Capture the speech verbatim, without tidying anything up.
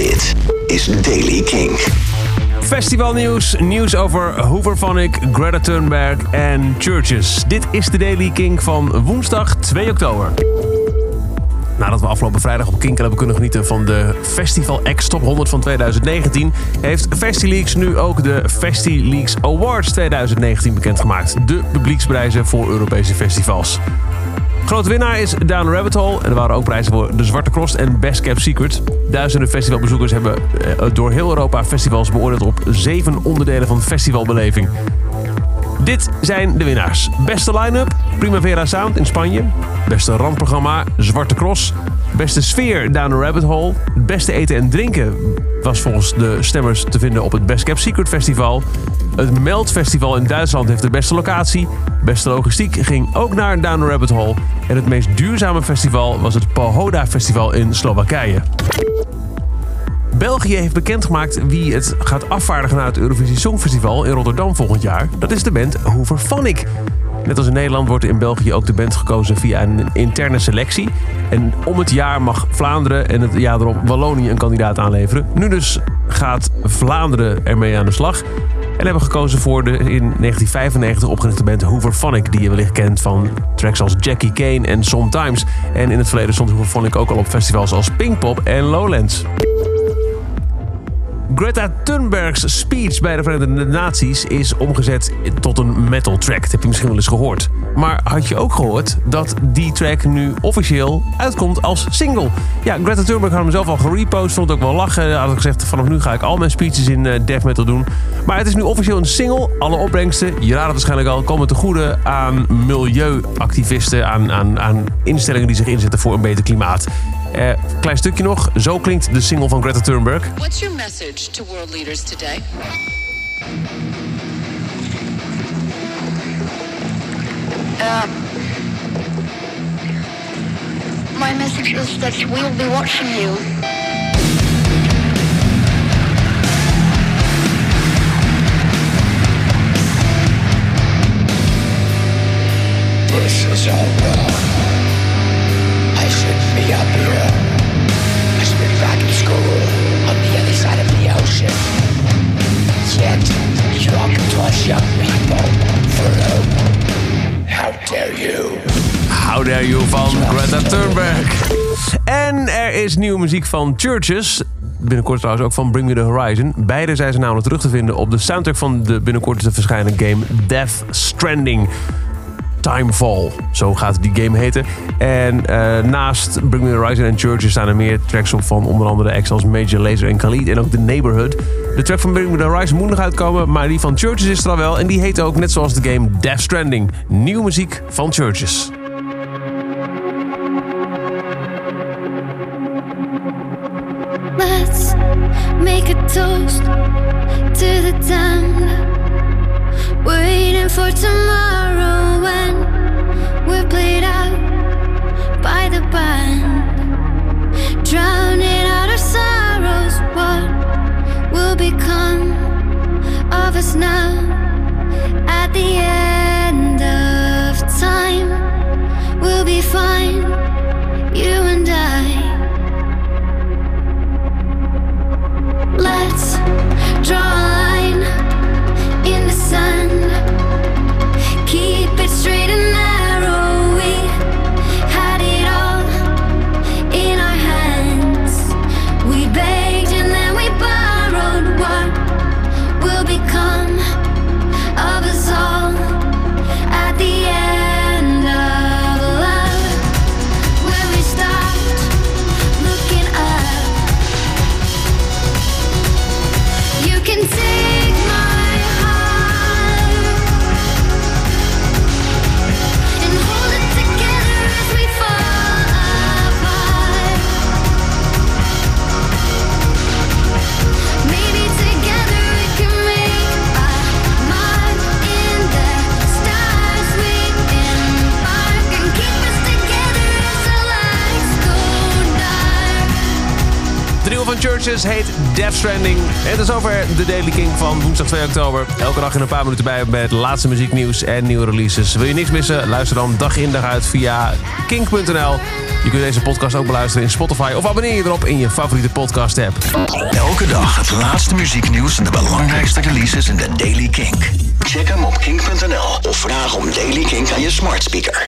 Dit is Daily King. Festivalnieuws, nieuws over Hooverphonic, Greta Thunberg en Chvrches. Dit is de Daily King van woensdag twee oktober. Nadat we afgelopen vrijdag op Kink hebben kunnen genieten van de Festival X Top honderd van twintig negentien... heeft FestiLeaks nu ook de FestiLeaks Awards twintig negentien bekendgemaakt. De publieksprijzen voor Europese festivals. Grote winnaar is Down the Rabbit Hole. En er waren ook prijzen voor De Zwarte Cross en Best Kept Secret. Duizenden festivalbezoekers hebben door heel Europa festivals beoordeeld op zeven onderdelen van festivalbeleving. Dit zijn de winnaars. Beste line-up, Primavera Sound in Spanje. Beste randprogramma, Zwarte Cross. Beste sfeer, Down the Rabbit Hole. Beste eten en drinken was volgens de stemmers te vinden op het Best Kept Secret Festival. Het Melt Festival in Duitsland heeft de beste locatie. Beste logistiek ging ook naar Down the Rabbit Hole. En het meest duurzame festival was het Pohoda Festival in Slowakije. België heeft bekendgemaakt wie het gaat afvaardigen naar het Eurovisie Songfestival in Rotterdam volgend jaar. Dat is de band Hooverphonic. Net als in Nederland wordt er in België ook de band gekozen via een interne selectie. En om het jaar mag Vlaanderen en het jaar erop Wallonië een kandidaat aanleveren. Nu dus gaat Vlaanderen ermee aan de slag. En hebben gekozen voor de in negentien vijfennegentig opgerichte band Hooverphonic, die je wellicht kent van tracks als Jackie Kane en Sometimes. En in het verleden stond Hooverphonic ook al op festivals als Pinkpop en Lowlands. Greta Thunberg's speech bij de Verenigde Naties is omgezet tot een metal track. Dat heb je misschien wel eens gehoord. Maar had je ook gehoord dat die track nu officieel uitkomt als single? Ja, Greta Thunberg had hem zelf al gerepost, vond het ook wel lachen. Had gezegd, vanaf nu ga ik al mijn speeches in uh, death metal doen. Maar het is nu officieel een single. Alle opbrengsten, je raadt het waarschijnlijk al, komen te goede aan milieuactivisten, aan, aan, aan instellingen die zich inzetten voor een beter klimaat. Uh, klein stukje nog. Zo klinkt de single van Greta Thunberg. What's your message to world leaders today? Uh, my message is that we'll be watching you. This is all wrong. I shouldn't be up here. I should be back in school on the other side of the ocean. Yet, talk to us young people for whom? How dare you? How dare you van Greta Thunberg. En er is nieuwe muziek van Chvrches. Binnenkort trouwens ook van Bring Me The Horizon. Beide zijn ze namelijk terug te vinden op de soundtrack van de binnenkort te verschijnen game Death Stranding. Timefall, zo gaat die game heten. En uh, naast Bring Me The Horizon en Chvrches staan er meer tracks op van onder andere acts als Major Lazer en Khalid en ook The Neighborhood. De track van Bring Me The Horizon moet nog uitkomen, maar die van Chvrches is er al wel. En die heet ook, net zoals de game, Death Stranding. Nieuwe muziek van Chvrches. Let's make a toast to the damned. Waiting for tomorrow when we're played out by the band. Drowning out our sorrows, what will become of us now? At the end of time, we'll be fine, you and I. Let's draw a line in the sand. Keep it straight and narrow. We had it all in our hands. We begged and then we borrowed. What will become of us all? nieuwe van Churches heet Death Stranding. En tot zover de Daily Kink van woensdag twee oktober. Elke dag in een paar minuten bij met het laatste muzieknieuws en nieuwe releases. Wil je niks missen? Luister dan dag in dag uit via kink punt n l. Je kunt deze podcast ook beluisteren in Spotify of abonneer je erop in je favoriete podcast app. Elke dag het laatste muzieknieuws en de belangrijkste releases in de Daily Kink. Check hem op kink punt n l of vraag om Daily Kink aan je smart speaker.